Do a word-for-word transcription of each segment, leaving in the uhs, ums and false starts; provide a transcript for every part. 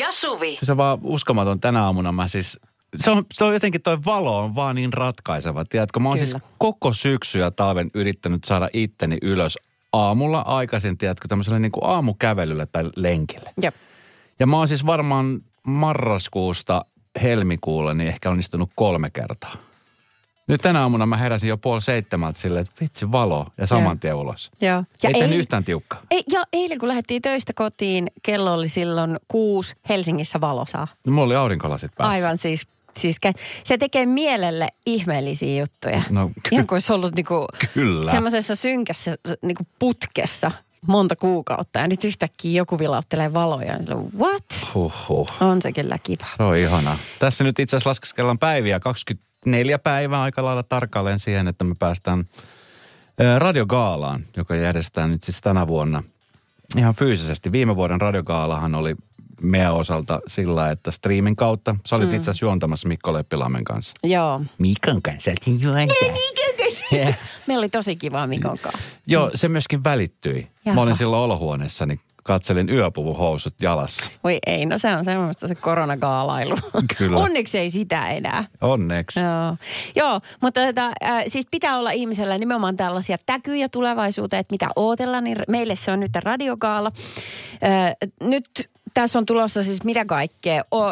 ja Suvi. Se on vaan uskomaton tänä aamuna. Mä siis, se on, se on jotenkin toi valo on vaan niin ratkaiseva. Tiedätkö, mä oon Kyllä. siis koko syksy ja talven yrittänyt saada itteni ylös aamulla aikaisin, tiedätkö, tämmöiselle niin kuin aamukävelylle tai lenkille. Jep. Ja mä oon siis varmaan marraskuusta helmikuulle niin ehkä onnistunut kolme kertaa. Nyt tänä aamuna mä heräsin jo puoli seitsemältä silleen, että vitsi valo ja saman tien ulos. Joo. Ei tehnyt ei, yhtään tiukkaa. Ei, ja eilen kun lähdettiin töistä kotiin, kello oli silloin kuusi, Helsingissä valosaa. No, mulla oli aurinkolasit päässä. Aivan siis, siis se tekee mielelle ihmeellisiä juttuja. No, ky- Ihan kuin olisi ollut niinku Kyllä. semmoisessa synkässä niinku putkessa monta kuukautta. Ja nyt yhtäkkiä joku vilauttelee valoja. Ja silloin, what? Huhhuh. On se kyllä kiva. Se on ihanaa. Tässä nyt itse asiassa laskeskellaan päiviä, kaksikymmentäneljä päivää aika lailla tarkalleen siihen, että me päästään radiogaalaan, joka järjestetään nyt siis tänä vuonna ihan fyysisesti. Viime vuoden radiogaalahan oli meidän osalta sillä, että streamin kautta. Sä olit mm. itse asiassa juontamassa Mikko Leppilammen kanssa. Joo. Mikon kanssa oltiin juontaa. Yeah. Meillä oli tosi kivaa Mikon kanssa. Joo, se myöskin välittyi. Jaha. Mä olin silloin olohuoneessani, katselin yöpuvuhousut jalassa. Voi ei, no se on semmoista se koronagaalailu. Kyllä. Onneksi ei sitä enää. Onneksi. Joo, Joo mutta tota, äh, siis pitää olla ihmisellä nimenomaan tällaisia täkyjä tulevaisuuteen, että mitä ootella, niin meille se on nyt radiogaala. Äh, nyt tässä on tulossa siis mitä kaikkea, o-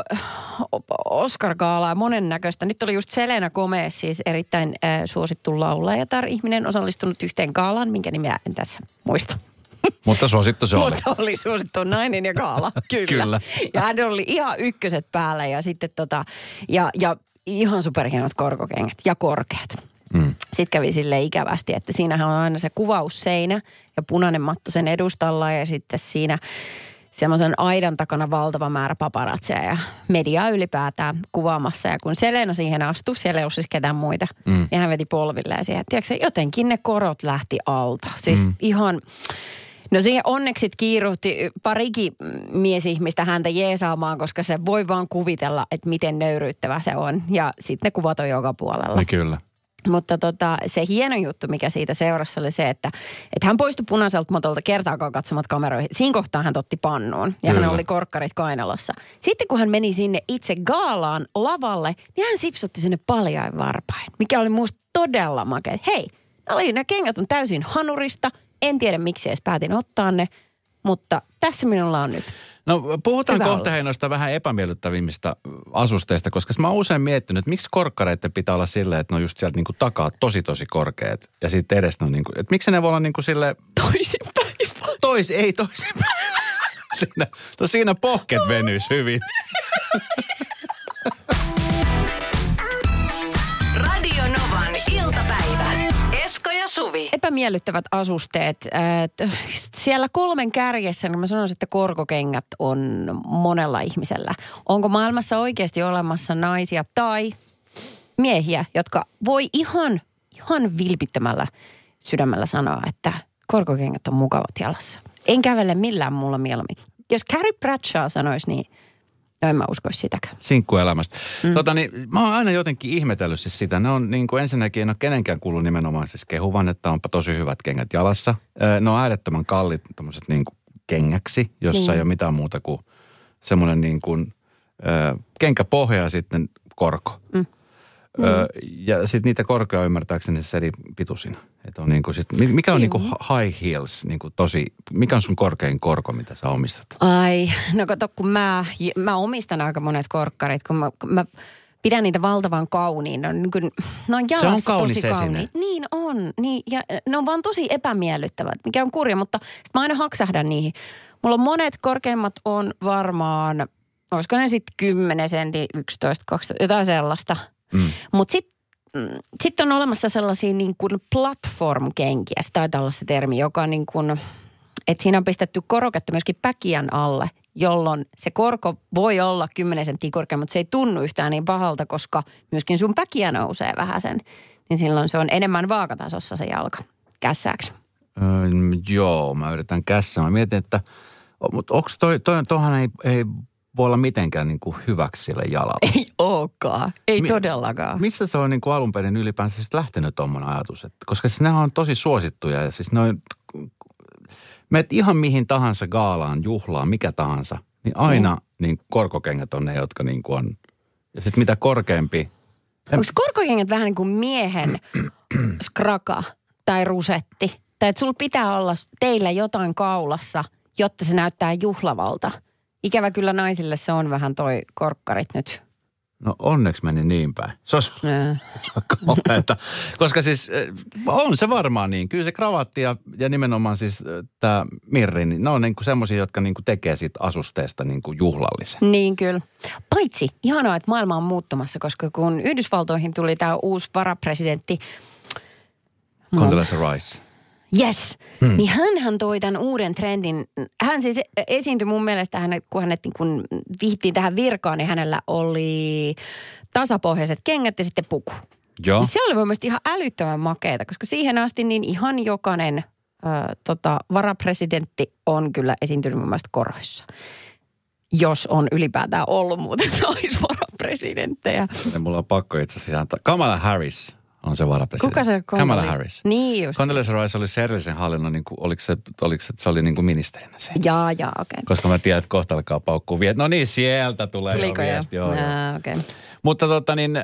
Oscar-gaalaa, monennäköistä. Nyt oli just Selena Gomez, siis erittäin äh, suosittu laulajatar-ihminen, osallistunut yhteen gaalaan, minkä nimeä en tässä muista. Mutta suosittu se oli. Mutta oli suosittu nainen ja gaala, kyllä. Kyllä. Ja hän oli ihan ykköset päällä ja sitten tota, ja, ja ihan superhienot korkokengät ja korkeat. Mm. Sitten kävi silleen ikävästi, että siinähän on aina se kuvausseinä ja punainen matto sen edustalla ja sitten siinä semmoisen aidan takana valtava määrä paparatseja ja mediaa ylipäätään kuvaamassa. Ja kun Selena siihen astui, siellä ei ollut siis ketään muita, mm. niin hän veti polvilleen siihen. Tiedätkö, jotenkin ne korot lähti alta. Siis mm. ihan... No siihen onneksi kiiruhti parikin miesihmistä häntä jeesaamaan, koska se voi vaan kuvitella, että miten nöyryyttävä se on. Ja sitten ne kuvat on joka puolella. No kyllä. Mutta tota, se hieno juttu, mikä siitä seurassa oli se, että, että hän poistui punaiselta motolta kertaakaan katsomat kameroihin. Siinä kohtaa hän totti pannuun ja Kyllä. hän oli korkkarit kainalossa. Sitten kun hän meni sinne itse gaalaan lavalle, niin hän sipsutti sinne paljain varpain, mikä oli musta todella makea. Hei, oli, nämä kengät on täysin hanurista. En tiedä, miksi edes päätin ottaa ne, mutta tässä minulla on nyt. No puhutaan Hyvä kohta olla. noista vähän epämiellyttävimmistä asusteista, koska mä oon usein miettinyt, että miksi korkkareiden pitää olla silleen, että ne on just sieltä niinku takaa tosi tosi korkeat. Ja sitten edestä on niinku, että miksi ne voi olla niinku silleen... Toisinpäin. Tois, ei toisinpäin. Siinä, no siinä pohket venyis hyvin. Radio Novan iltapäivä. Esko ja Suvi. Epämiellyttävät asusteet. Äh, siellä kolmen kärjessä, niin mä sanoisin, että korkokengät on monella ihmisellä. Onko maailmassa oikeasti olemassa naisia tai miehiä, jotka voi ihan, ihan vilpittömällä sydämellä sanoa, että korkokengät on mukavat jalassa. En kävele millään mulla mieluummin. Jos Carrie Bradshaw sanoisi, niin en mä uskoisi sitäkään. Sinkkuelämästä. Mm. Tota niin, mä oon aina jotenkin ihmetellyt siis sitä. Ne on niin kuin ensinnäkin, en ole kenenkään kuullut nimenomaan siis kehuvan, että onpa tosi hyvät kengät jalassa. Ne on äärettömän kallit tommoset niin kuin kengäksi, jossa mm. ei ole mitään muuta kuin semmoinen niin kuin kenkäpohja ja sitten korko. Mm. Mm. Ja sitten niitä korkoja ymmärtääkseni se eri pituisina. Että on niin kuin sit, mikä on mm. niin kuin high heels, niin kuin tosi, mikä on sun korkein korko, mitä sä omistat? Ai, no kato, kun mä, mä omistan aika monet korkkarit, kun mä, kun mä pidän niitä valtavan kauniin. Ne on, niin kuin, ne on jalassa se on kaunis tosi kauniit. Niin on, niin, ja ne on vaan tosi epämiellyttävät, mikä on kurja, mutta sit mä aina haksahdan niihin. Mulla on monet korkeimmat on varmaan, olisiko ne sitten kymmenen sentti, yksitoista, kaksitoista, jotain sellaista. Mm. Mutta sitten sit on olemassa sellaisia niin kuin platform-kenkiä, se taitaa olla se termi, joka on niin kuin, että siinä on pistetty koroketta myöskin päkiän alle, jolloin se korko voi olla kymmenen senttiä korkea, mutta se ei tunnu yhtään niin pahalta, koska myöskin sun päkiä nousee vähän sen, niin silloin se on enemmän vaakatasossa se jalka. Kässääks? Öö, joo, mä yritän kässää. Mä mietin, että mutta onko toi, toi, toihan ei, ei voi olla mitenkään niin kuin hyväksi sille jalalle. Ei ookaan. Ei Mi- todellakaan. Missä se on niin kuin alun perin ylipäänsä siis lähtenyt tommoinen ajatus? Että, koska siis nehän on tosi suosittuja ja siis ne on, meet ihan mihin tahansa gaalaan, juhlaan, mikä tahansa. niin aina mm. niin korkokengät on ne, jotka niin kuin on. Ja sitten mitä korkeampi. Onko korkokengät vähän niin kuin miehen skraka tai rusetti? Tai että sulla pitää olla teillä jotain kaulassa, jotta se näyttää juhlavalta. Ikävä kyllä naisille se on vähän toi korkkarit nyt. No onneksi meni niin päin. Se olisi kauheata. Koska siis on se varmaan niin. Kyllä se kravatti ja, ja nimenomaan siis tämä mirri, niin ne on niinku semmoisia, jotka niinku tekee siitä asusteesta niinku juhlallisen. Niin kyllä. Paitsi ihanaa, että maailma on muuttumassa, koska kun Yhdysvaltoihin tuli tämä uusi varapresidentti Condoleezza Rice. Yes. Hmm. Niin hänhän toi tämän uuden trendin. Hän siis esiintyi mun mielestä, hänet, kun hänet kun vihittiin tähän virkaan, niin hänellä oli tasapohjaiset kengät ja sitten puku. Joo. Se oli mielestäni ihan älyttömän makeeta, koska siihen asti niin ihan jokainen äh, tota, varapresidentti on kyllä esiintynyt mun mielestä koroissa. Jos on ylipäätään ollut muuten naisvarapresidenttejä. Ja mulla on pakko itse asiassa antaa. Kamala Harris on se varapresidentti. Kuka se Kamala Harris. Niin just. Condoleezza Rice oli se edellisen hallinnon, niin kuin, oliko, se, oliko se, se oli niin kuin ministerinä se? Jaa, jaa, okei. Okay. Koska mä tiedän, että kohta alkaa paukkuu viet. No niin, sieltä tulee Tuliko jo viesti. Joo, jaa, okei. Okay. Mutta tota niin, äh,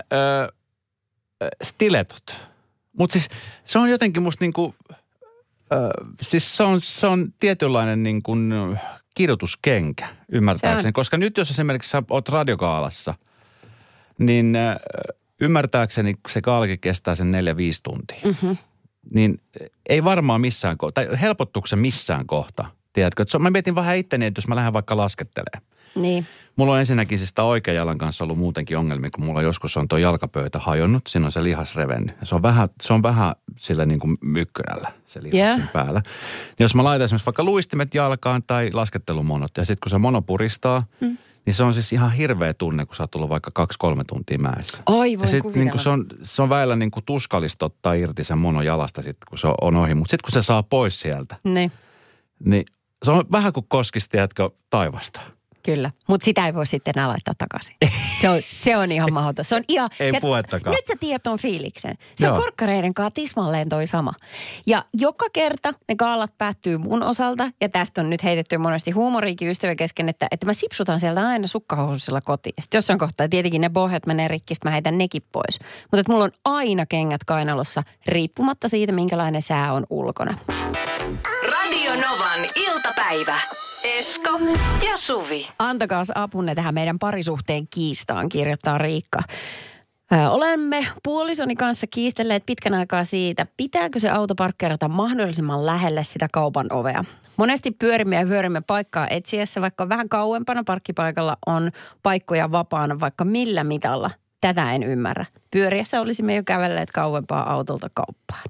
stiletot. Mutta siis se on jotenkin musta niin kuin, äh, siis se on, se on tietynlainen niin kuin kirjoituskenkä, ymmärtääkseni. Koska nyt jos esimerkiksi sä oot radiokaalassa, niin äh, ymmärtääkseni se kaalikin kestää sen neljä, viisi tuntia. Mm-hmm. Niin ei varmaan missään kohtaa, tai helpottuuko se missään kohtaa? Tiedätkö, että mä mietin vähän itteni, että jos mä lähden vaikka laskettelemaan. Niin. Mulla on ensinnäkin siis sitä oikean jalan kanssa ollut muutenkin ongelmia, kun mulla joskus on tuo jalkapöytä hajonnut. Siinä on se lihas revennyt. Se on vähän, se on vähän sillä niin kuin mykkynällä se lihas yeah. siinä päällä. Niin jos mä laitan esimerkiksi vaikka luistimet jalkaan tai laskettelumonot, ja sitten kun se mono puristaa, mm. niin se on siis ihan hirveä tunne, kun sä oot tullut vaikka kaksi, kolme tuntia mäessä. Oi, voin kuvitella. Niin se on, se on väillä niin kuin tuskallista ottaa irti sen mono jalasta sitten, kun se on ohi. Mutta sitten kun se saa pois sieltä, niin, niin se on vähän kuin koskisi, tiedätkö, taivasta. Kyllä, mutta sitä ei voi sitten enää laittaa takaisin. Se on, se on ihan mahdoton. Se on ihan, ei puhettakaan. Nyt sä tiedät ton fiiliksen. Se Joo. on korkkareiden kanssa tismalleen toi sama. Ja joka kerta ne kaalat päättyy mun osalta, ja tästä on nyt heitetty monesti huumoriikin ystävän kesken, että, että mä sipsutan sieltä aina sukkahousilla kotiin. Sitten jossain kohtaa tietenkin ne pohjat menee rikki, mä heitän nekin pois. Mutta että mulla on aina kengät kainalossa, riippumatta siitä, minkälainen sää on ulkona. Radio Novan iltapäivä. Esko ja Suvi. Antakaas apunne tähän meidän parisuhteen kiistaan, kirjoittaa Riikka. Ö, olemme puolisoni kanssa kiistelleet pitkän aikaa siitä, pitääkö se auto parkkeerata mahdollisimman lähelle sitä kaupan ovea. Monesti pyörimme ja vyörimme paikkaa etsiessä, vaikka vähän kauempana parkkipaikalla on paikkoja vapaana vaikka millä mitalla. Tätä en ymmärrä. Pyöriessä olisimme jo kävelleet kauempaa autolta kauppaan.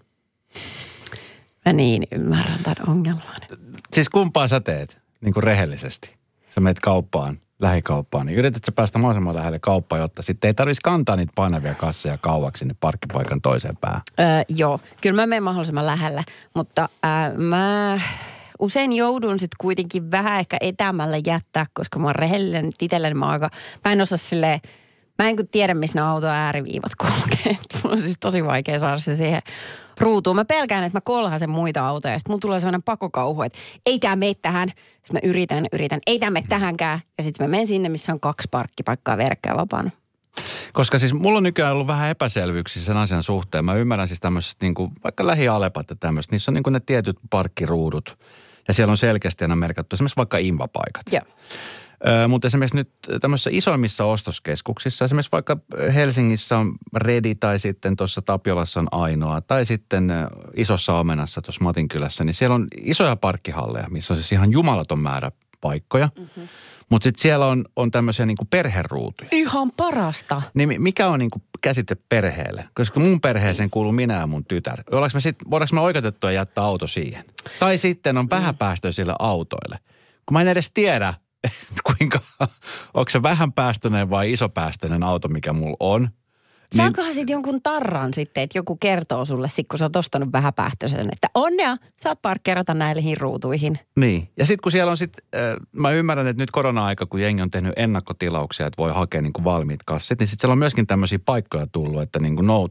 Mä niin ymmärrän tämän ongelman. Siis kumpaa sä teet? Niin kuin rehellisesti. Sä meet kauppaan, lähikauppaan, niin yrität sä päästä mahdollisimman lähelle kauppaan, jotta sitten ei tarvitsisi kantaa niitä painavia kasseja kauaksi sinne parkkipaikan toiseen päähän. Öö, joo, kyllä mä menen mahdollisimman lähelle, mutta äh, mä usein joudun sitten kuitenkin vähän ehkä etämällä jättää, koska mä oon rehellinen itselleni, mä, aika, mä en osaa silleen, mä en tiedä, missä ne auton ääriviivat kulkee. Mulla on siis tosi vaikea saada se siihen ruutuun. Mä pelkään, että mä kolhasen muita autoja. Sitten mulla tulee sellainen pakokauhu, että ei tää mene tähän. Sitten mä yritän, yritän, ei tää mene tähänkään. Ja sitten mä menen sinne, missä on kaksi parkkipaikkaa verkkoja vapaana. Koska siis mulla on nykyään ollut vähän epäselvyyksiä sen asian suhteen. Mä ymmärrän siis tämmöiset niin kuin, vaikka lähialepat ja tämmöiset. Niissä on niin kuin ne tietyt parkkiruudut. Ja siellä on selkeästi aina merkattu esimerkiksi vaikka invapaikat. Joo. Ö, mutta esimerkiksi nyt tämmöisissä isoimmissa ostoskeskuksissa, esimerkiksi vaikka Helsingissä on Redi tai sitten tuossa Tapiolassa on Ainoa tai sitten Isossa Omenassa tuossa Matinkylässä, niin siellä on isoja parkkihalleja, missä on siis ihan jumalaton määrä paikkoja. Mm-hmm. Mutta sitten siellä on, on tämmöisiä niinku perheruutuja. Ihan parasta. Niin mikä on niinku käsite perheelle? Koska mun perheeseen kuuluu minä ja mun tytär. Ollaanko me sit, voidaanko me oikeutettua jättää auto siihen? Tai sitten on vähäpäästöisille autoille. Kun mä en edes tiedä, kuinka, onko se vähän päästöinen vai isopäästöinen auto, mikä mulla on. Saankohan niin, sitten jonkun tarran sitten, että joku kertoo sulle, sit kun sä oot ostanut vähäpäästöisen, että onnea, saat parkkeerata näihin ruutuihin. Niin, ja sitten kun siellä on sitten, äh, mä ymmärrän, että nyt korona-aika, kun jengi on tehnyt ennakkotilauksia, että voi hakea niin kuin valmiit kassit, niin sitten siellä on myöskin tämmöisiä paikkoja tullut, että niin kuin nouto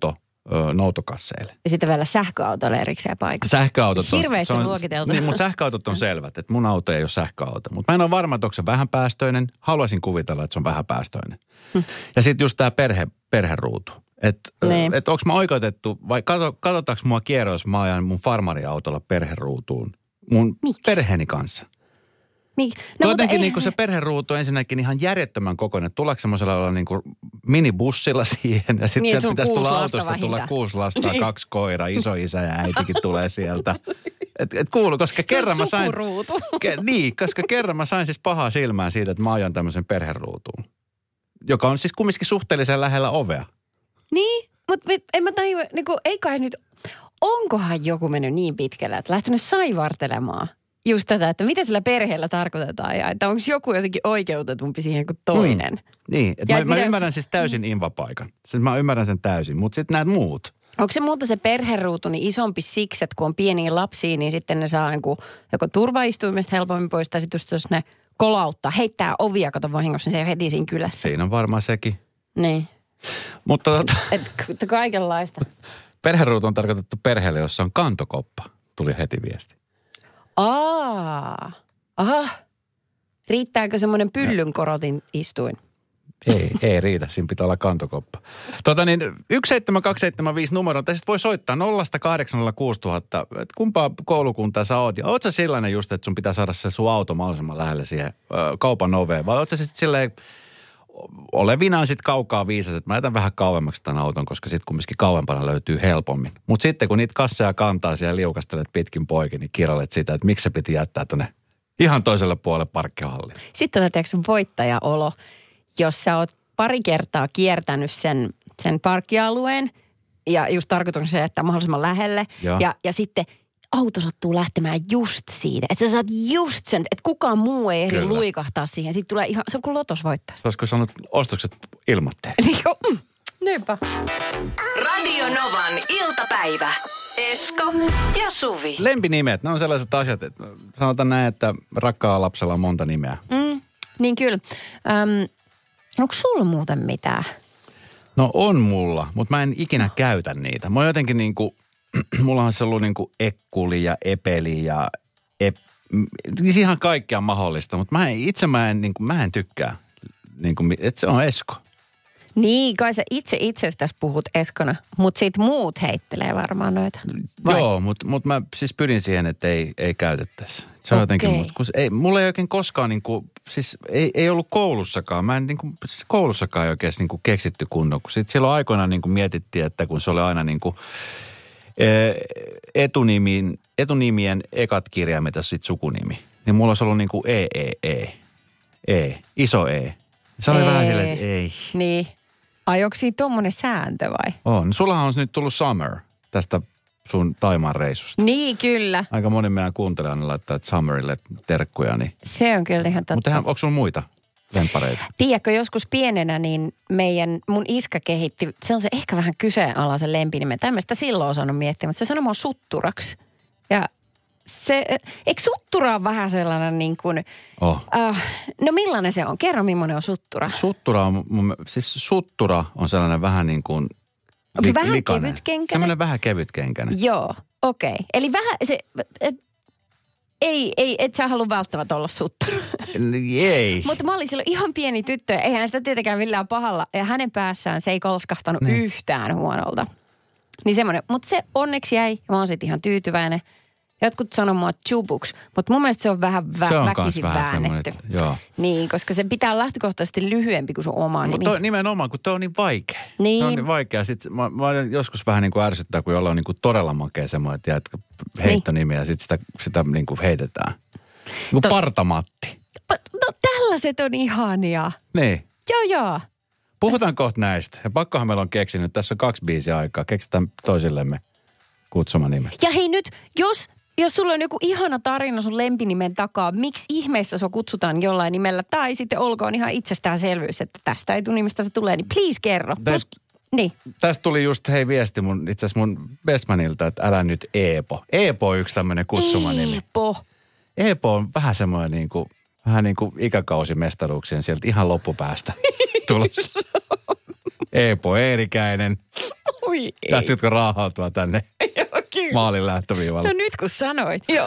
ö, noutokasseille. Ja sitten vielä sähköautoille erikseen paikka. Sähköautot on... Hirveästi on, luokiteltu. Niin, mutta sähköautot on selvät, että mun auto ei ole sähköauto. Mutta mä en ole varma, että onko se vähäpäästöinen. Haluaisin kuvitella, että se on vähäpäästöinen. Hm. Ja sitten just tämä perhe, perheruutu. Että niin. et onko mä oikeutettu, vai kato, katsotaanko mua kierro, jos mä ajan mun farmariautolla perheruutuun mun Miks? perheeni kanssa. Mik? No, jotenkin niin kuin se perheruutu on ensinnäkin ihan järjettömän kokoinen. Tuleeko semmoisella niin kuin minibussilla siihen ja sitten niin, sieltä pitäisi tulla autosta vähintään. Tulla kuusi lastaa, niin. kaksi koiraa, isoisä ja äitikin tulee sieltä. Et, et kuulu, koska kerran mä sain... Ke, niin, koska kerran mä sain siis pahaa silmää siitä, että mä ajan tämmöisen perheruutuun. Joka on siis kumminkin suhteellisen lähellä ovea. Niin, mutta en mä tajua, niin kuin, ei kai nyt... Onkohan joku mennyt niin pitkälle, että lähtenyt saivartelemaan just tätä, että mitä sillä perheellä tarkoitetaan ja että onko joku jotenkin oikeutetumpi siihen kuin toinen. Mm. Niin, että mä, mä ymmärrän jos... siis täysin invapaikan. Siis mä ymmärrän sen täysin, mutta sitten nämä muut. Onko se muuta se perheruutu niin isompi siksi, että kun on pieniä lapsia, niin sitten ne saa niin kuin, joko turvaistuimesta helpommin pois, tai sitten jos ne kolauttaa, heittää ovia, kato vahingossa, niin se ei ole heti siinä kylässä. Siinä on varmaan sekin. Niin. Mutta tota... Että kaikenlaista. Perheruutu on tarkoitettu perheelle, jossa on kantokoppa, tuli heti viesti. Aa, aha. Riittääkö semmoinen pyllyn istuin? Ei, ei riitä. Siinä pitää olla kantokoppa. Tota niin, yksi seitsemän kaksi seitsemän viisi numero. Tai sitten voi soittaa nolla kahdeksan nolla kuusi tuhatta. Että kumpaa koulukuntaa sä oot? Ja oot sä sellainen just, että sun pitää saada se sun auto mahdollisimman lähelle siihen ö, kaupan oveen? Vai oot sä sitten silleen olevinaan sitten kaukaa viisas, että mä jätän vähän kauemmaksi tämän auton, koska sitten kumminkin kauempana löytyy helpommin. Mutta sitten kun niitä kasseja kantaa siellä liukastelet pitkin poikin, niin kirjoilet sitä, että miksi se piti jättää tuonne ihan toiselle puolelle parkkihalliin. Sitten on tietysti voittajaolo, jos sä oot pari kertaa kiertänyt sen, sen parkkialueen ja just tarkoitus se, että mahdollisimman lähelle. Ja, ja sitten auto sattuu lähtemään just siitä, että sä saat just sen, että kukaan muu ei ehdi luikahtaa siihen. Sitten tulee ihan, se on kuin lotos voittaa. Olisiko saanut ostokset ilmoitteeksi? mm, Niinpä. Radio Novan iltapäivä. Esko ja Suvi. Lempinimet, ne on sellaiset asiat, että sanotaan näin, että rakkaalla lapsella on monta nimeä. Mm, niin kyllä. Öm, onko sulla muuten mitään? No on mulla, mutta mä en ikinä käytä niitä. Mä oon jotenkin niinku... Mulla on se ollut niin kuin ekkuli ja epeli ja ep, ihan kaikkea mahdollista, mutta mä en, itse mä en, niin kuin, mä en tykkää, niin kuin, että se on Esko. Niin, kai sä itse itsestäsi puhut Eskona, mutta sit muut heittelee varmaan noita. Vai? Joo, mutta mut mä siis pyrin siihen, että ei, ei käytettäisi. Se on okay. Jotenkin, mut, kun ei, mulla ei oikein koskaan niin kuin, siis ei, ei ollut koulussakaan. Mä en niin kuin, siis koulussakaan ei oikein niin kuin keksitty kunnon, kun sit silloin aikoinaan niin kuin mietittiin, että kun se oli aina niin kuin Etunimiin, etunimien ekat kirjaimet ja sitten sukunimi. Niin mulla olisi ollut niin kuin E, E, E. E. Iso E. Se oli e. vähän silleen, että ei. Niin. Ai onko siinä tommonen sääntö vai? On. Sullahan on nyt tullut Summer tästä sun Taimaan reissusta. Niin, kyllä. Aika moni meidän kuuntelijana laittaa Summerille terkkuja. Niin. Se on kyllä ihan totta. Mutta onko sulla muita lempareita? Tiedätkö, joskus pienenä niin meidän, mun iskä kehitti, se on se ehkä vähän kyseenalaisen lempinimen. Tämmöistä silloin osannut miettiä, mutta se sanoi mua sutturaksi. Ja se, eikö suttura ole vähän sellainen niin kuin, oh. äh, no millainen se on? Kerro, millainen on suttura. Suttura on, siis suttura on sellainen vähän niin kuin onko se vähän kevytkenkäinen? Sellainen vähän kevytkenkäinen. Joo, okei. Okay. Eli vähän se... Et, Ei, ei, et sä halua välttämättä olla suttura. Ei. Mutta mä olin silloin ihan pieni tyttö, eihän sitä tietenkään millään pahalla. Ja hänen päässään se ei kolskahtanut ne. yhtään huonolta. Niin semmoinen, mutta se onneksi jäi. Mä oon sit ihan tyytyväinen. Jotkut sanoo mua chubuks, mutta mun mielestä se on vähän vä- se on väkisin väännetty. Joo. Niin, koska se pitää lähtökohtaisesti lyhyempi kuin sun oma nimi. Mutta nimenomaan, kun toi on niin vaikea. Niin. Se on niin vaikea. Sitten mä, mä joskus vähän niin kuin ärsyttää, kun jollain on niin kuin todella makea semmoinen, että heittonimi ja sitten sitä, sitä niin kuin heitetään. Niin kuin Partamatti. No tällaiset on ihania. Niin. Joo, joo. Puhutaan kohta näistä. Ja pakkohan meillä on keksinyt. Tässä on kaksi biisiä aikaa. Keksitään toisillemme kutsuma nimestä. Ja hei nyt, jos... Jos sulla on joku ihana tarina sun lempinimen takaa, miksi ihmeessä sua kutsutaan jollain nimellä, tai sitten olkoon ihan itsestäänselvyys, että tästä etunimestä se tulee, niin please kerro. Täst, Plus, niin. Tästä tuli just hei viesti mun, itse asiassa mun bestmanilta, että älä nyt Eepo. Eepo on yksi tämmöinen kutsumanimi. Eepo. Eepo on vähän semmoinen niin kuin, vähän niin kuin ikäkausimestaruuksien sieltä ihan loppupäästä tulossa. Eepo Eerikäinen. Oi ei. Lähtitkö raahautua tänne Joo, kyllä. maalin lähtöviivalle? No nyt kun sanoit, joo.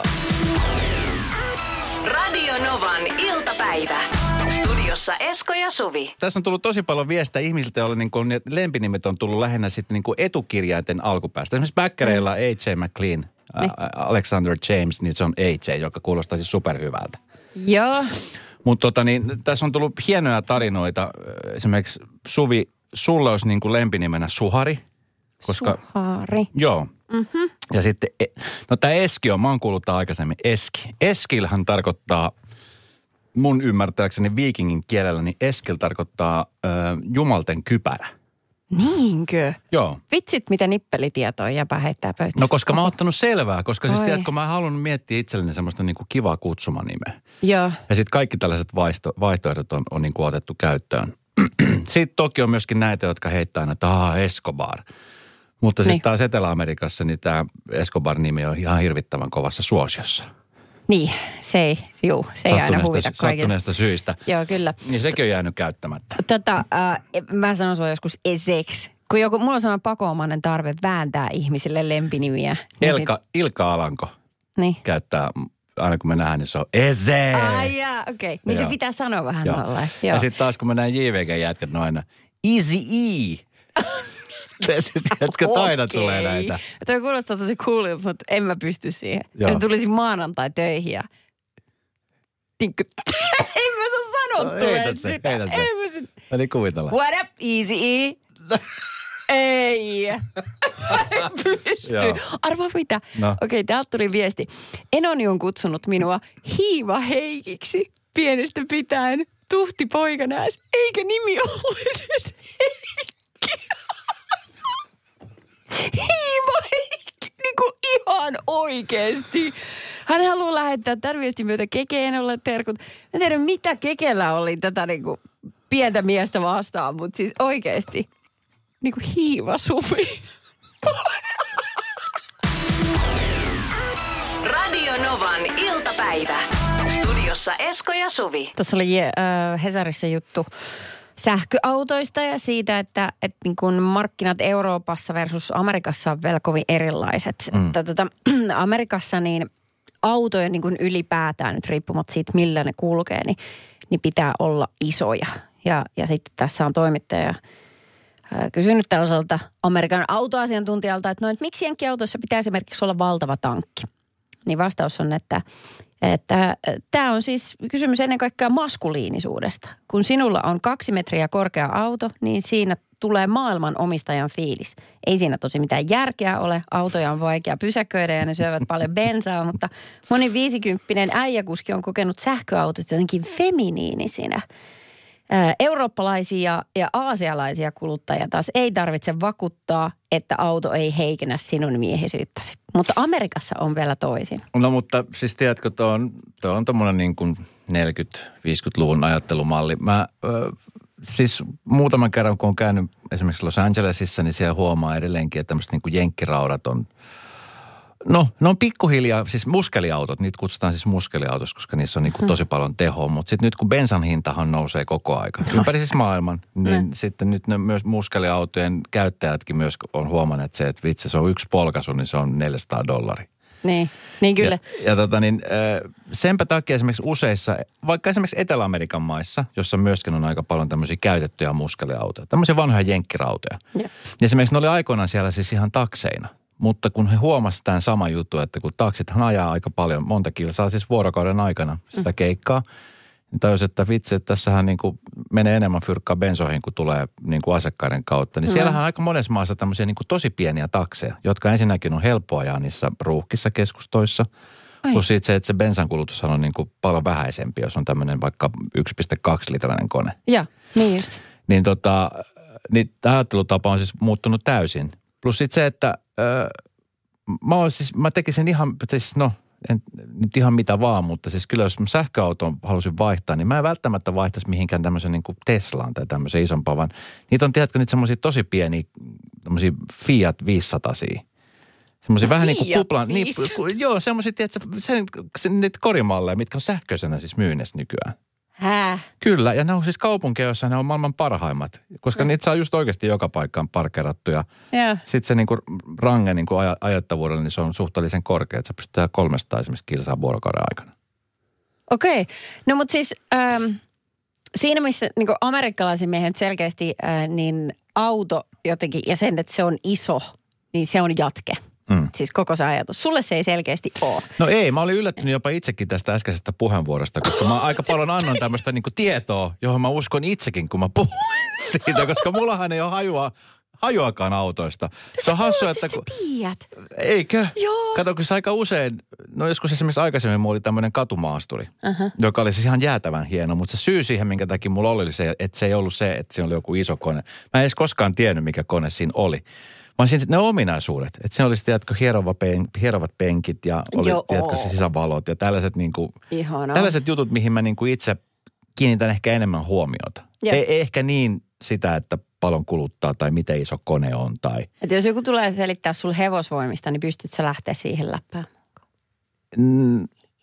Radio Novan iltapäivä. Studiossa Esko ja Suvi. Tässä on tullut tosi paljon viestejä ihmisiltä, joille niin kuin lempinimet on tullut lähinnä sitten niin kuin etukirjainten alkupäästä. Esimerkiksi bäkkäreillä A J McLean, niin. Alexander James, niin se on A J, joka kuulostaa siis superhyvältä. Joo. Mutta tota, niin, tässä on tullut hienoja tarinoita. Esimerkiksi Suvi, sulle olisi niin kuin lempinimenä Suhari. Koska, Suhari. Joo. Mm-hmm. Ja sitten, no tämä Eski on, mä oon kuullut tämän aikaisemmin, Eski. Eskilhän tarkoittaa, mun ymmärtääkseni viikingin kielellä, niin Eskil tarkoittaa ö, jumalten kypärä. Niinkö? Joo. Vitsit, mitä nippelitietoa jäpä heittää pöytään. No koska mä oon ottanut selvää, koska siis Oi. tiedätkö, mä en halunnut miettiä itselleni semmoista niinku kivaa kutsumanimeä. Joo. Ja sitten kaikki tällaiset vaisto, vaihtoehdot on, on niinku otettu käyttöön. Sitten toki on myöskin näitä, jotka heittää aina, että aah, Escobar. Mutta sitten Niin. taas Etelä-Amerikassa niin tämä Escobar-nimi on ihan hirvittävän kovassa suosiossa. Niin, se ei, juu, se ei aina huvita kaikille. Sattuneesta syistä. Joo, kyllä. Niin sekin on jäänyt käyttämättä. Tota, äh, mä sanon sulle joskus eseks. Kun joku, mulla on sellainen pakoomainen tarve vääntää ihmisille lempinimiä. Niin Elka, Ilka Alanko Sit, niin. käyttää, aina kun me nähdään, niin se on Eze. Ai jaa, okei. Okay. Niin Joo. se pitää sanoa vähän Joo. nollain. Ja sitten taas kun mä näen J V G-jätkät, ne on aina Easy E. Tiedätkö, aina Okei. tulee näitä. Toi kuulostaa tosi coolilta, mutta en mä pysty siihen. Joo. Jos tulisin maanantai töihin ja... Tinkku. En mä saa sanottua. No, heitä edes se, sitä. heitä se. En mä sit... Eli kuvitella. What up, Easy E? Ei. En pysty. Joo. Arvaa mitä? No. Okei, täältä tuli viesti. Enoni on kutsunut minua Hiiva Heikiksi pienestä pitäen. Tuhti poikanääs, eikä nimi ollut edes Heikki. Hiiva Heikki, niin kuin ihan oikeesti. Hän haluaa lähettää tämän viestin myötä Kekeenolle terkut. Mä en tiedä, mitä Kekellä oli tätä niin kuin pientä miestä vastaan, mutta siis oikeesti. Niin kuin Hiiva Suvi. Radio Novan iltapäivä. Studiossa Esko ja Suvi. Tuossa oli äh, Hesarissa juttu sähköautoista ja siitä, että, että niin kuin markkinat Euroopassa versus Amerikassa on vielä kovin erilaiset. Mm. Että, tota, Amerikassa niin autoja niin kuin ylipäätään nyt riippumatta siitä, millä ne kulkee, niin, niin pitää olla isoja. Ja, ja sitten tässä on toimittaja äh, kysynyt tällaiselta Amerikan autoasiantuntijalta, että no, että miksi jenkkiautoissa pitää esimerkiksi olla valtava tankki? Niin vastaus on, että Että tämä on siis kysymys ennen kaikkea maskuliinisuudesta. Kun sinulla on kaksi metriä korkea auto, niin siinä tulee maailman omistajan fiilis. Ei siinä tosi mitään järkeä ole. Autoja on vaikea pysäköidä ja ne syövät paljon bensaa, mutta moni viisikymppinen äijäkuski on kokenut sähköautot jotenkin feminiinisinä. Eurooppalaisia ja aasialaisia kuluttajia taas ei tarvitse vakuuttaa, että auto ei heikennä sinun miehisyyttäsi. Mutta Amerikassa on vielä toisin. No mutta siis tiedätkö, tuo on, tuo on tommoinen niin kuin neljäkymmentä-viisikymmentäluvun ajattelumalli. Mä ö, siis muutaman kerran, kun on käynyt esimerkiksi Los Angelesissa, niin siellä huomaa edelleenkin, että tämmöiset niin kuin jenkkiraudat on, no ne on pikkuhiljaa, siis muskeliautot, niitä kutsutaan siis muskeliautossa, koska niissä on niin kuin tosi paljon tehoa. Mutta sitten nyt kun bensan hintahan nousee koko aika, ympäri siis maailman, niin mm. sitten nyt ne myös muskeliautojen käyttäjätkin myös on huomanneet se, että vitsi se on yksi polkaisu, niin se on neljäsataa dollaria. Niin, niin kyllä. Ja, ja tota niin, senpä takia esimerkiksi useissa, vaikka esimerkiksi Etelä-Amerikan maissa, jossa myöskin on aika paljon tämmöisiä käytettyjä muskeliautoja, tämmöisiä vanhoja jenkkirautoja. Ja. Ja esimerkiksi ne oli aikoinaan siellä siis ihan takseina. Mutta kun he huomasivat tämän sama juttu, että kun taksithan ajaa aika paljon, monta kilsaa siis vuorokauden aikana sitä keikkaa, niin tajus, että vitsi, että tässähän niin kuin menee enemmän fyrkkaa bensoihin, kun tulee niin kuin asiakkaiden kautta. Niin mm. siellähän on aika monessa maassa tämmöisiä niin kuin tosi pieniä takseja, jotka ensinnäkin on helppoa ajaa niissä ruuhkissa keskustoissa. Ai. Plus siitä se, että se bensan kulutus on niin kuin paljon vähäisempi, jos on tämmöinen vaikka yksi pilkku kaksi litrainen kone. Joo, niin just. Niin tota, niin ajattelutapa on siis muuttunut täysin. Plus sitten se, että öö, mä, siis, mä tekisin ihan, siis no, en nyt ihan mitä vaan, mutta siis kyllä jos mä sähköauton halusin vaihtaa, niin mä en välttämättä vaihtaisi mihinkään tämmöisen niin kuin Teslaan tai tämmöisen isompaan, vaan niitä on, tiedätkö, niitä semmoisia tosi pieniä, tämmöisiä Fiat viisisataa. Semmoisia vähän niin kuin kuplan, niin, joo, semmoisia, tiedätkö, sen, sen, niitä korimalleja, mitkä on sähköisenä siis myynnissä nykyään. Hää? Kyllä, ja ne on siis kaupunkeja, joissa ne on maailman parhaimmat. Koska mm. niitä saa just oikeasti joka paikkaan parkerattu. Ja yeah. sitten se niinku range niinku aj- ajattavuudella, niin se on suhteellisen korkea. Että se pystytään kolmesta esimerkiksi kilsaa vuorokauden aikana. Okei. Okay. No mutta siis ähm, siinä missä niinku amerikkalaisen miehen selkeästi äh, niin auto jotenkin ja sen, että se on iso, niin se on jatke. Mm. Siis koko se ajatus. Sulle se ei selkeästi ole. No ei, mä olin yllättynyt jopa itsekin tästä äskeisestä puheenvuorosta, koska mä aika paljon annan tämmöistä niinku tietoa, johon mä uskon itsekin, kun mä puhun siitä, koska mullahan ei ole hajua, hajuakaan autoista. No se on hassua, että... kun... tiedät. Eikö? Joo. Kato, kun se aika usein, no joskus esimerkiksi aikaisemmin mulla oli tämmöinen katumaasturi, uh-huh. joka oli siis ihan jäätävän hieno, mutta se syy siihen, minkä takia mulla oli se, että se ei ollut se, että siinä oli joku iso kone. Mä en edes koskaan tiennyt, mikä kone siinä oli. Vaan siinä ne ominaisuudet. Että se olisi, tiedätkö, hierova pen, hierovat penkit ja oli, Joo, tiedätkö, se sisävalot ja tällaiset niinku, tällaiset jutut, mihin mä niinku itse kiinnitän ehkä enemmän huomiota. Ei ehkä niin sitä, että paljon kuluttaa tai miten iso kone on tai... Että jos joku tulee selittää sulle hevosvoimista, niin pystyt sä lähteä siihen läppään? Mm,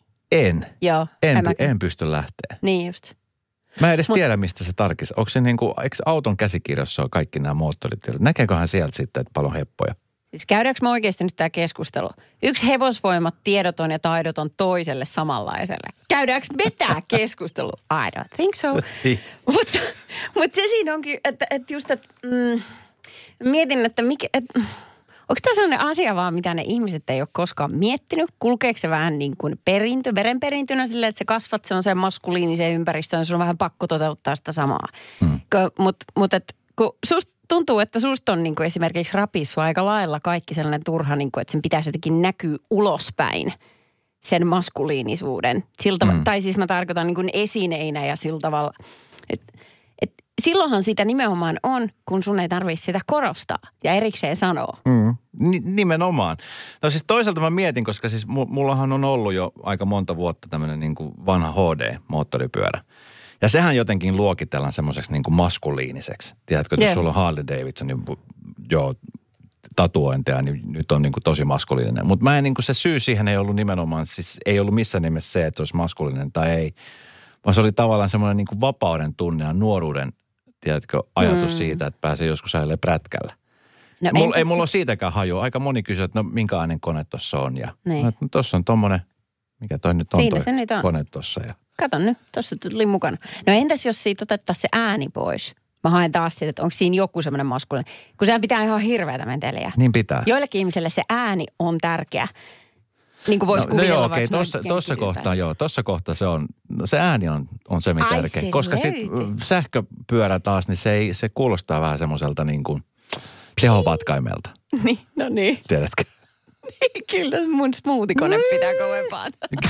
en. Joo. En, en, en pysty lähteä. Niin just. Mä en edes Mut, tiedä, mistä se tarkistaa. Onko se niin kuin, eikö auton käsikirjassa on kaikki nämä moottoritiedot? Näkeeköhän sieltä sitten, että paljon heppoja? Siis käydäänkö me oikeasti nyt tämä keskustelu? Yksi hevosvoimat tiedoton ja taidoton toiselle samanlaiselle. Käydäänkö me tämä keskustelu? I don't think so. mutta, mutta se siinä onkin, että, että just, että mm, mietin, että mikä... Että, onko tämä sellainen asia vaan, mitä ne ihmiset ei ole koskaan miettinyt? Kulkeeko se vähän niin kuin perintö, verenperintönä silleen, että sä kasvat sellaiseen maskuliiniseen ympäristöön, niin sun on vähän pakko toteuttaa sitä samaa. Hmm. Mutta mut, kun susta tuntuu, että susta on niin kuin esimerkiksi rapissu aika lailla kaikki sellainen turha, niin kuin, että sen pitäisi jotenkin näkyä ulospäin sen maskuliinisuuden. Siltä, hmm. Tai siis mä tarkoitan niin kuin esineinä ja sillä tavalla, että silloinhan sitä nimenomaan on, kun sun ei tarvitse sitä korostaa ja erikseen sanoa. Mm, nimenomaan. No siis toisaalta mä mietin, koska siis mullahan on ollut jo aika monta vuotta tämmöinen niin kuin vanha H D-moottoripyörä. Ja sehän jotenkin luokitellaan semmoiseksi niin kuin maskuliiniseksi. Tiedätkö, että yeah. jos sulla on Harley Davidson, niin joo, tatuointeja, niin nyt on niin kuin tosi maskuliininen. Mutta mä en niin kuin se syy siihen ei ollut nimenomaan, siis ei ollut missään nimessä se, että olisi maskuliininen tai ei. Vaan se oli tavallaan semmoinen niin kuin vapauden tunne ja nuoruuden, tiedätkö, ajatus mm. siitä, että pääsee joskus ajelemaan prätkällä. No, mulla, ei mulla ole siitäkään hajua. Aika moni kysyy, että no minkälainen kone tuossa on. Ja niin. No, tuossa on tommonen, mikä toi nyt on Siinä toi se nyt on. kone tuossa. Ja... Kato nyt, tuossa tuli mukana. No entäs jos siitä otettaisiin se ääni pois? Mä haen taas siitä, että onko siinä joku semmoinen maskulinen. Kun sehän pitää ihan hirveätä menteliä. Niin pitää. Joillekin ihmiselle se ääni on tärkeä. Niin kuin voisi no, kuvitella. No joo, okei, okay. tossa, tossa kohtaa joo, tossa kohtaa se on, no se ääni on, on se, mitä tärkeä. Koska sitten sähköpyörä taas, niin se, ei, se kuulostaa vähän semmoiselta niin kuin tehovatkaimelta. Niin, no niin. Tiedätkö? Niin, kyllä mun smoothie-kone pitää kovempaa.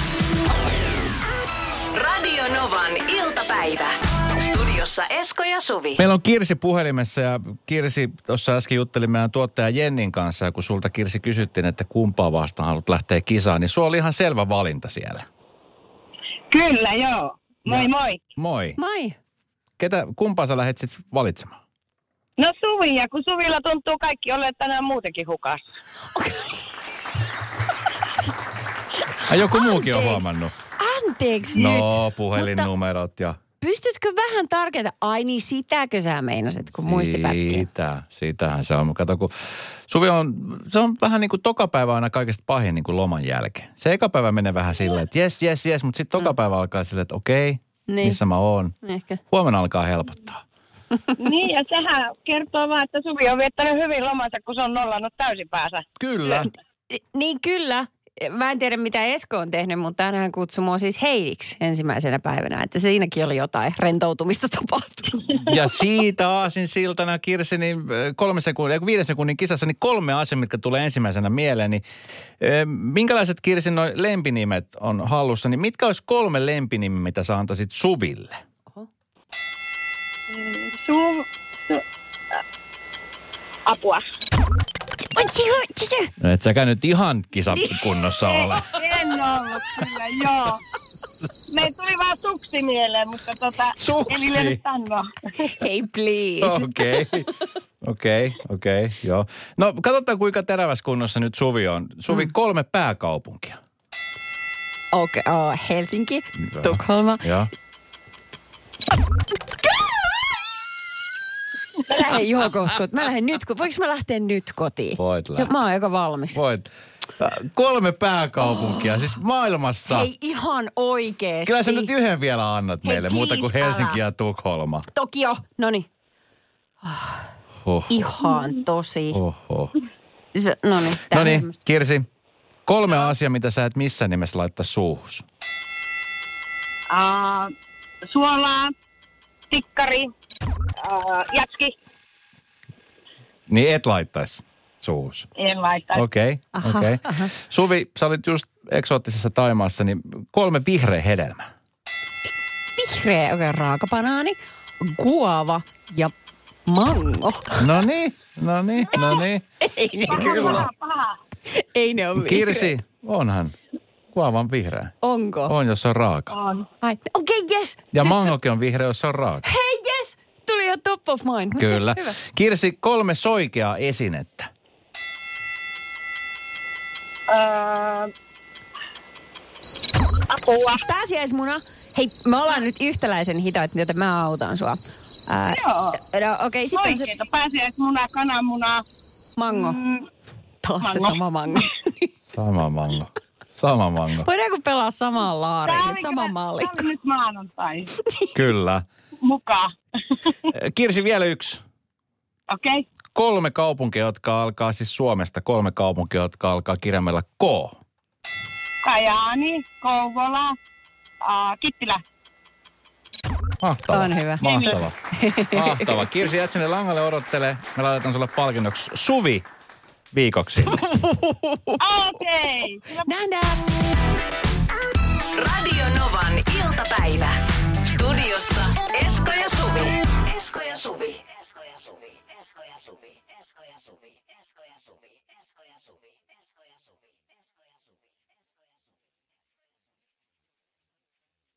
Radio Novan iltapäivä. Studiossa Esko ja Suvi. Meillä on Kirsi puhelimessa ja Kirsi, tuossa äsken juttelin meidän tuottaja Jennin kanssa ja kun sulta Kirsi kysyttiin, että kumpaa vastaan haluat lähteä kisaan, niin sulla oli ihan selvä valinta siellä. Kyllä, joo. Moi ja, moi. Moi. Moi. Ketä, kumpaa sä lähdet sitten valitsemaan? No Suvia, kun Suvilla tuntuu kaikki olleet tänään muutenkin hukassa. Okay. Ja joku Anteeksi. muukin on huomannut. Anteeksi no, nyt. No, puhelinnumerot ja... Pystytkö vähän tarkentamaan? Ai niin, sitäkö sä meinasit, kun muistipätkiä? Sitä, sitähän se on. Kato, kun Suvi on, se on vähän niin kuin tokapäivä aina kaikista pahin niin kuin loman jälkeen. Se eka päivä menee vähän silleen, että jes, jes, jes, mutta sitten tokapäivä alkaa silleen, että okei, niin. missä mä oon. Ehkä. Huomenna alkaa helpottaa. Niin, ja sehän kertoo vaan, että Suvi on viettänyt hyvin lomansa, kun se on nollannut täysin päänsä. Kyllä. Niin kyllä. Mä en tiedä, mitä Esko on tehnyt, mutta tänään kutsui mua siis Heidiksi ensimmäisenä päivänä. Että siinäkin oli jotain rentoutumista tapahtunut. Ja siitä aasin siltana Kirsi, niin kolme sekunnin, viiden sekunnin kisassa, niin kolme asiaa, mitkä tulee ensimmäisenä mieleen. Niin, minkälaiset Kirsin noi lempinimet on hallussa, niin mitkä olisi kolme lempinimeä, mitä sä antaisit Suville? Oho. Su... su apua. No et säkään nyt ihan kisakunnossa ole. En ollut kyllä, joo. Me tuli vaan suksi mieleen, mutta tota... Suksi? En lyönyt sanoa. Hey, please. Okei, okay. okei, okay, okei, okay, joo. No katsotaan kuinka terävässä kunnossa nyt Suvi on. Suvi, mm. kolme pääkaupunkia. Okei, okay, oh, Helsinki, Tukholma, Mä lähden joo kohta kotiin. Mä lähden nyt, voinko mä lähteä nyt kotiin? Voit lähteä. Mä oon aika valmis. Voit. Kolme pääkaupunkia, oh. siis maailmassa. Ei ihan oikeesti. Kyllä sä nyt yhden vielä annat Hei, meille, muuta kuin please, Helsinki älä. ja Tukholma. Tokio, noniin. Oho. Ihan tosi. Oho. Noniin. No niin, Kirsi. Kolme asiaa, mitä sä et missään nimessä laittaa suuhus. Uh, suolaa, tikkari, uh, jatski. Niin et laittaisi suuhus. En laita. Okei, okay, okei. Okay. Suvi, sä olit just eksoottisessa Taimaassa, niin kolme vihreä hedelmää. Vihreä, okei, okay, raakabanaani, guava ja mango. No niin, no niin, no niin. Ei ne kyllä. Ei ne ole vihreä. Kirsi, onhan. Guavan vihreä. Onko? On, jos se on raaka. On. Okei, okay, yes. Ja siis mangokin on vihreä, jos se on raaka. Hei, yes. Tuli jo top of mind. Kyllä. Hyvä. Kirsi, kolme soikeaa esinettä. Uh, apua. Pääsiäismuna. Hei, me ollaan nyt yhtäläisen hitaat, joten mä autan sua. Ää, Joo. No okei, okay, sitten on se Oikeeta. Pääsiäismuna, kananmuna. mango. Mm, Taas se mango. sama mango. Sama mango. Sama mango. Voidaanko pelaa samaan laariin? Tää Nyt oli sama kyllä- mallikko. tää oli nyt maanantai. Kyllä. Mukaan. Kirsi, vielä yksi. Okei. Okay. Kolme kaupunkia, jotka alkaa siis Suomesta, kolme kaupunkia, jotka alkaa kirjaimella K. Kajaani, Kouvola, uh, Kittilä. Mahtava. On hyvä. Mahtava. Mahtava. Kirsi, jät sinne langalle odottele. Me laitetaan sulle palkinnoksi Suvi viikoksi. Okei. Okay. Nähdään. Radio Novan iltapäivä. Studiossa Esko ja